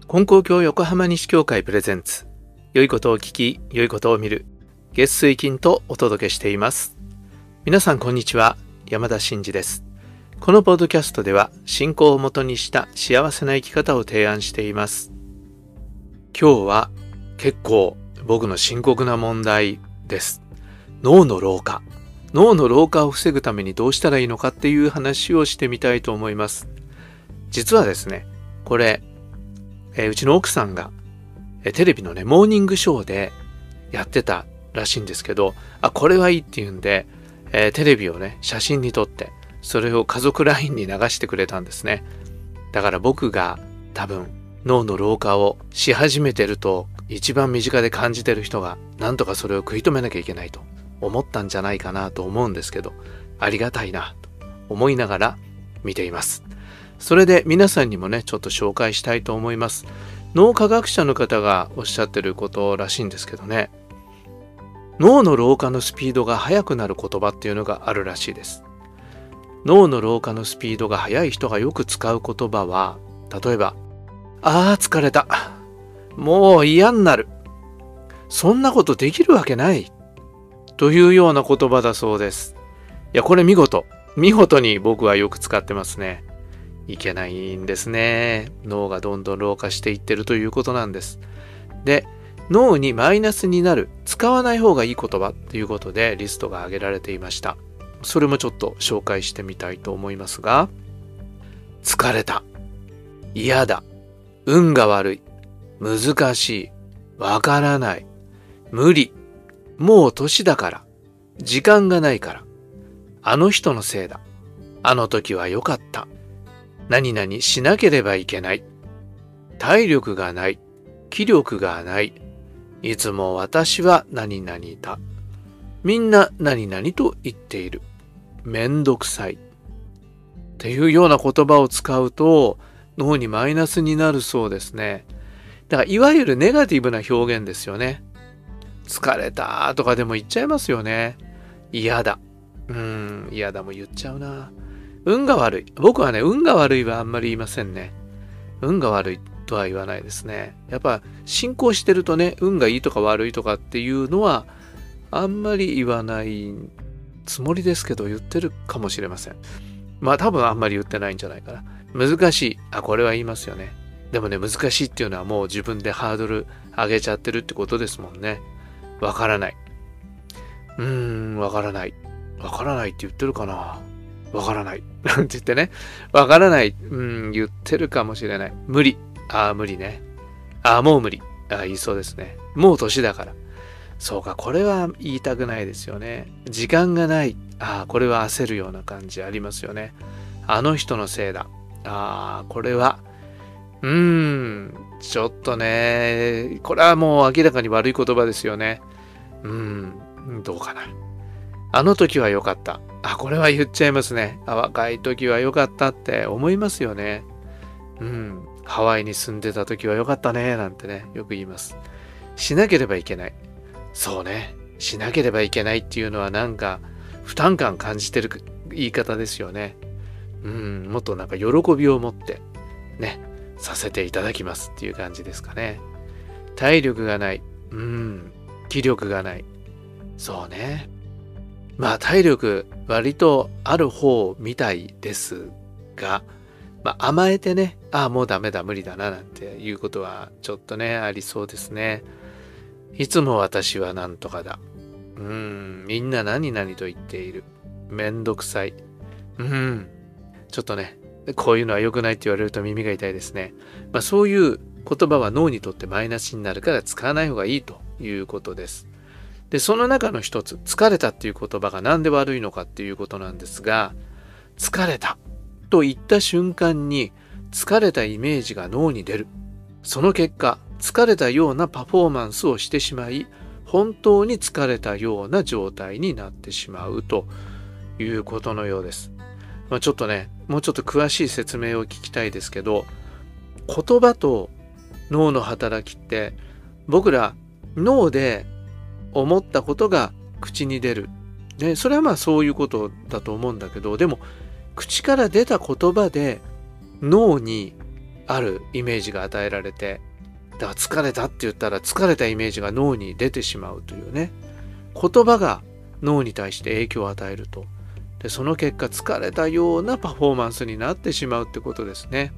金光教横浜西教会プレゼンツ、良いことを聞き、良いことを見る、月水金とお届けしています。皆さんこんにちは、山田真嗣です。このポッドキャストでは信仰をもとにした幸せな生き方を提案しています。今日は結構僕の深刻な問題です。脳の老化。脳の老化を防ぐためにどうしたらいいのかっていう話をしてみたいと思います。実はですね、これうちの奥さんがテレビのねモーニングショーでやってたらしいんですけど、これはいいっていうんで、テレビをね写真に撮ってそれを家族 LINE に流してくれたんですね。だから僕が多分脳の老化をし始めてると一番身近で感じてる人がなんとかそれを食い止めなきゃいけないと思ったんじゃないかなと思うんですけど、ありがたいなと思いながら見ています。それで皆さんにもねちょっと紹介したいと思います。脳科学者の方がおっしゃってることらしいんですけどね、脳の老化のスピードが速くなる言葉っていうのがあるらしいです。脳の老化のスピードが速い人がよく使う言葉は、例えば疲れた、もう嫌になる、そんなことできるわけないというような言葉だそうです。いや、これ見事に僕はよく使ってますね。いけないんですね。脳がどんどん老化していってるということなんです。で、脳にマイナスになる、使わない方がいい言葉ということでリストが挙げられていました。それもちょっと紹介してみたいと思いますが、疲れた、嫌だ、運が悪い、難しい、わからない、無理、もう年だから、時間がないから、あの人のせいだ、あの時は良かった、何々しなければいけない、体力がない、気力がない、いつも私は何々だ、みんな何々と言っている、めんどくさいっていうような言葉を使うと脳にマイナスになるそうですね。だからいわゆるネガティブな表現ですよね。疲れたとかでも言っちゃいますよね。嫌だ、嫌だも言っちゃうな。運が悪い、僕はね運が悪いはあんまり言いませんね。運が悪いとは言わないですね。やっぱ進行してるとね、運がいいとか悪いとかっていうのはあんまり言わないつもりですけど、言ってるかもしれません。多分あんまり言ってないんじゃないかな。難しい、これは言いますよね。でもね、難しいっていうのはもう自分でハードル上げちゃってるってことですもんね。わからない、わからない、わからないって言ってるかな。わからないなんて言ってね、わからない、言ってるかもしれない。無理、無理ね、もう無理、言いそうですね。もう年だから、そうか、これは言いたくないですよね。時間がない、これは焦るような感じありますよね。あの人のせいだ、これはちょっとね、これはもう明らかに悪い言葉ですよね。どうかな。あの時は良かった、これは言っちゃいますね。若い時は良かったって思いますよね。ハワイに住んでた時は良かったねなんてね、よく言います。しなければいけない、そうね、しなければいけないっていうのはなんか負担感感じてる言い方ですよね。もっとなんか喜びを持ってねさせていただきますっていう感じですかね。体力がない、気力がない、そうね、体力割とある方みたいですが、甘えてね、もうダメだ無理だななんていうことはちょっとねありそうですね。いつも私はなんとかだ、みんな何々と言っている、めんどくさい、ちょっとねこういうのは良くないって言われると耳が痛いですね。そういう言葉は脳にとってマイナスになるから使わない方がいいということです。で、その中の一つ、疲れたっていう言葉がなんで悪いのかっていうことなんですが、疲れたと言った瞬間に疲れたイメージが脳に出る。その結果、疲れたようなパフォーマンスをしてしまい、本当に疲れたような状態になってしまうということのようです。ちょっとね、もうちょっと詳しい説明を聞きたいですけど、言葉と脳の働きって僕ら脳で思ったことが口に出る。で、それはそういうことだと思うんだけど、でも口から出た言葉で脳にあるイメージが与えられて、だから疲れたって言ったら疲れたイメージが脳に出てしまうというね。言葉が脳に対して影響を与えると。で、その結果疲れたようなパフォーマンスになってしまうってことですね。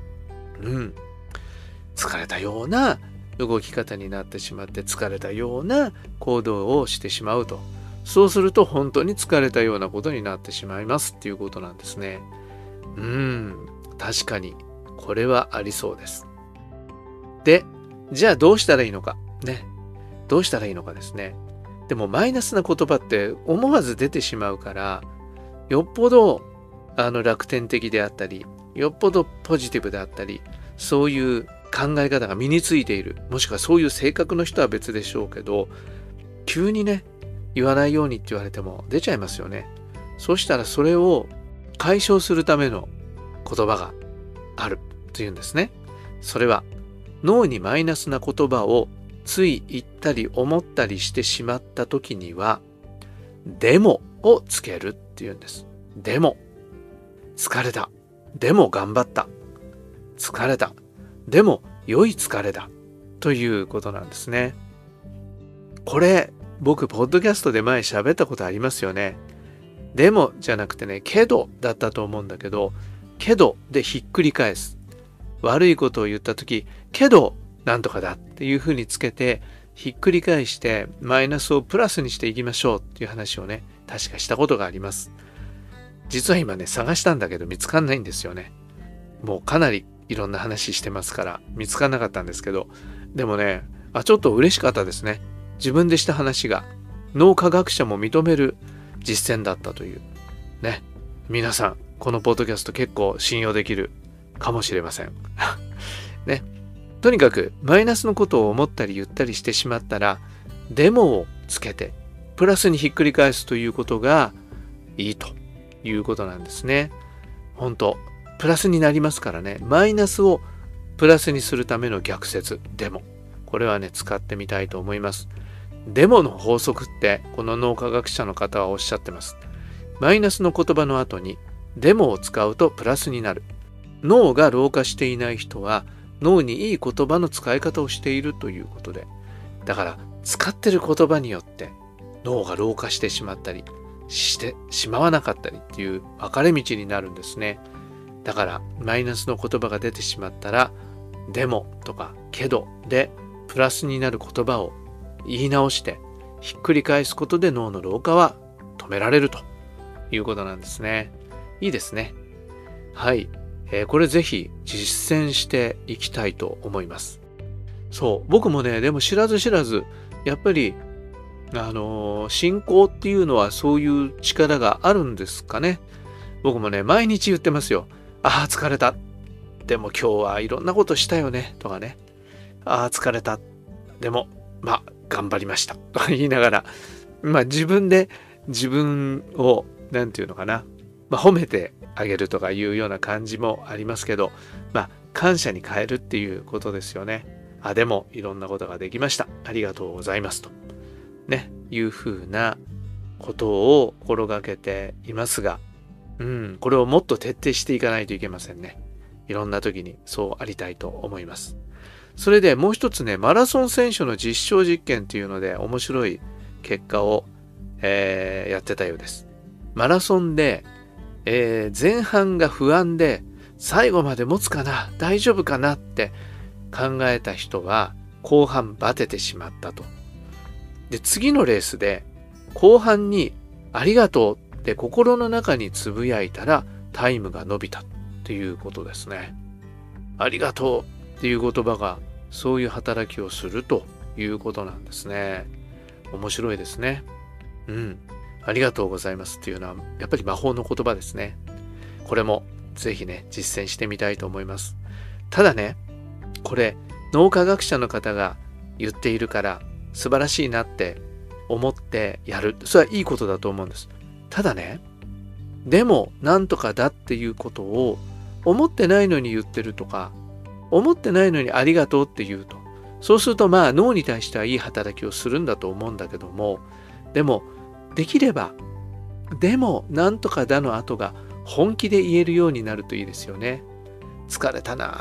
疲れたような動き方になってしまって、疲れたような行動をしてしまうと。そうすると本当に疲れたようなことになってしまいますっていうことなんですね。確かにこれはありそうです。で、じゃあどうしたらいいのかね。どうしたらいいのかですね。でもマイナスな言葉って思わず出てしまうから、よっぽど楽天的であったり、よっぽどポジティブであったり、そういう考え方が身についている、もしくはそういう性格の人は別でしょうけど、急にね、言わないようにって言われても出ちゃいますよね。そうしたらそれを解消するための言葉があるというんですね。それは脳にマイナスな言葉をつい言ったり思ったりしてしまった時には、でもをつけるっていうんです。でも、疲れた。でも頑張った。疲れた。でも良い疲れだ。ということなんですね。これ、僕、ポッドキャストで前喋ったことありますよね。でもじゃなくてね、けどだったと思うんだけど、けどでひっくり返す。悪いことを言ったとき、けどなんとかだっていうふうにつけて、ひっくり返してマイナスをプラスにしていきましょうっていう話をね、確かしたことがあります。実は今ね、探したんだけど見つかんないんですよね。もうかなりいろんな話してますから見つかんなかったんですけど、でもね、ちょっと嬉しかったですね。自分でした話が脳科学者も認める実践だったというね。皆さんこのポッドキャスト結構信用できるかもしれませんね。とにかくマイナスのことを思ったり言ったりしてしまったら、でもをつけてプラスにひっくり返すということがいいということなんですね。本当プラスになりますからね。マイナスをプラスにするための逆説、でもこれはね、使ってみたいと思います。でもの法則ってこの脳科学者の方はおっしゃってます。マイナスの言葉の後にでもを使うとプラスになる。脳が老化していない人は脳にいい言葉の使い方をしているということで、だから使ってる言葉によって脳が老化してしまったりしてしまわなかったりっていう分かれ道になるんですね。だからマイナスの言葉が出てしまったら、でもとかけどでプラスになる言葉を言い直してひっくり返すことで脳の老化は止められるということなんですね。いいですね。はい、これぜひ実践していきたいと思います。そう、僕もね、でも知らず知らずやっぱり信仰っていうのはそういう力があるんですかね。僕もね、毎日言ってますよ。疲れた。でも今日はいろんなことしたよねとかね。疲れた。でも頑張りましたと言いながら、自分で自分をなんていうのかな、褒めてあげるとかいうような感じもありますけど、感謝に変えるっていうことですよね。でもいろんなことができました。ありがとうございますとね、いうふうなことを心がけていますが、これをもっと徹底していかないといけませんね。いろんな時にそうありたいと思います。それでもう一つね、マラソン選手の実証実験っていうので面白い結果を、やってたようです。マラソンで、前半が不安で最後まで持つかな、大丈夫かなって考えた人は後半バテてしまったと。で、次のレースで後半にありがとうって心の中につぶやいたらタイムが伸びたっていうことですね。ありがとうっていう言葉がそういう働きをするということなんですね。面白いですね。ありがとうございますっていうのはやっぱり魔法の言葉ですね。これもぜひね、実践してみたいと思います。ただね、これ脳科学者の方が言っているから素晴らしいなって思ってやる。それはいいことだと思うんです。ただね、でもなんとかだっていうことを思ってないのに言ってるとか、思ってないのにありがとうって言うと、そうすると脳に対してはいい働きをするんだと思うんだけども、でもできればでもなんとかだの後が本気で言えるようになるといいですよね。疲れたな、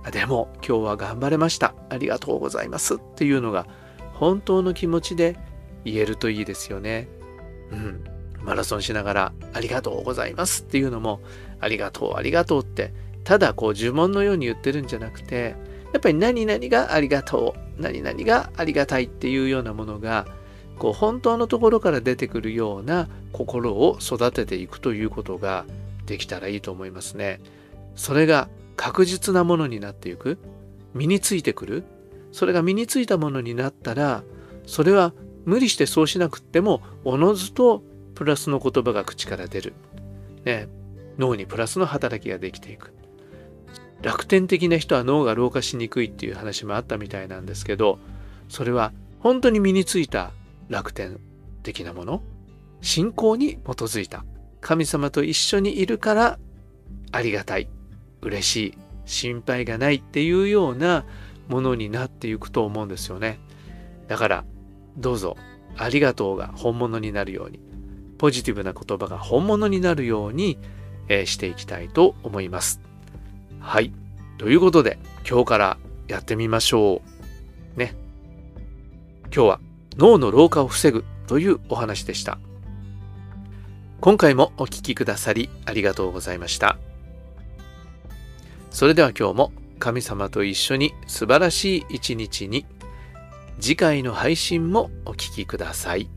でも今日は頑張れました。ありがとうございますっていうのが本当の気持ちで言えるといいですよね。マラソンしながらありがとうございますっていうのもありがとうありがとうってただ呪文のように言ってるんじゃなくて、やっぱり何々がありがとう、何々がありがたいっていうようなものが本当のところから出てくるような心を育てていくということができたらいいと思いますね。それが確実なものになっていく、身についてくる。それが身についたものになったら、それは無理してそうしなくってもおのずとプラスの言葉が口から出る、脳にプラスの働きができていく。楽天的な人は脳が老化しにくいっていう話もあったみたいなんですけど、それは本当に身についた楽天的なもの、信仰に基づいた、神様と一緒にいるからありがたい、嬉しい、心配がないっていうようなものになっていくと思うんですよね。だからどうぞありがとうが本物になるように、ポジティブな言葉が本物になるように、していきたいと思います。はい。ということで今日からやってみましょう。ね。今日は脳の老化を防ぐというお話でした。今回もお聞きくださりありがとうございました。それでは今日も神様と一緒に素晴らしい一日に。次回の配信もお聞きください。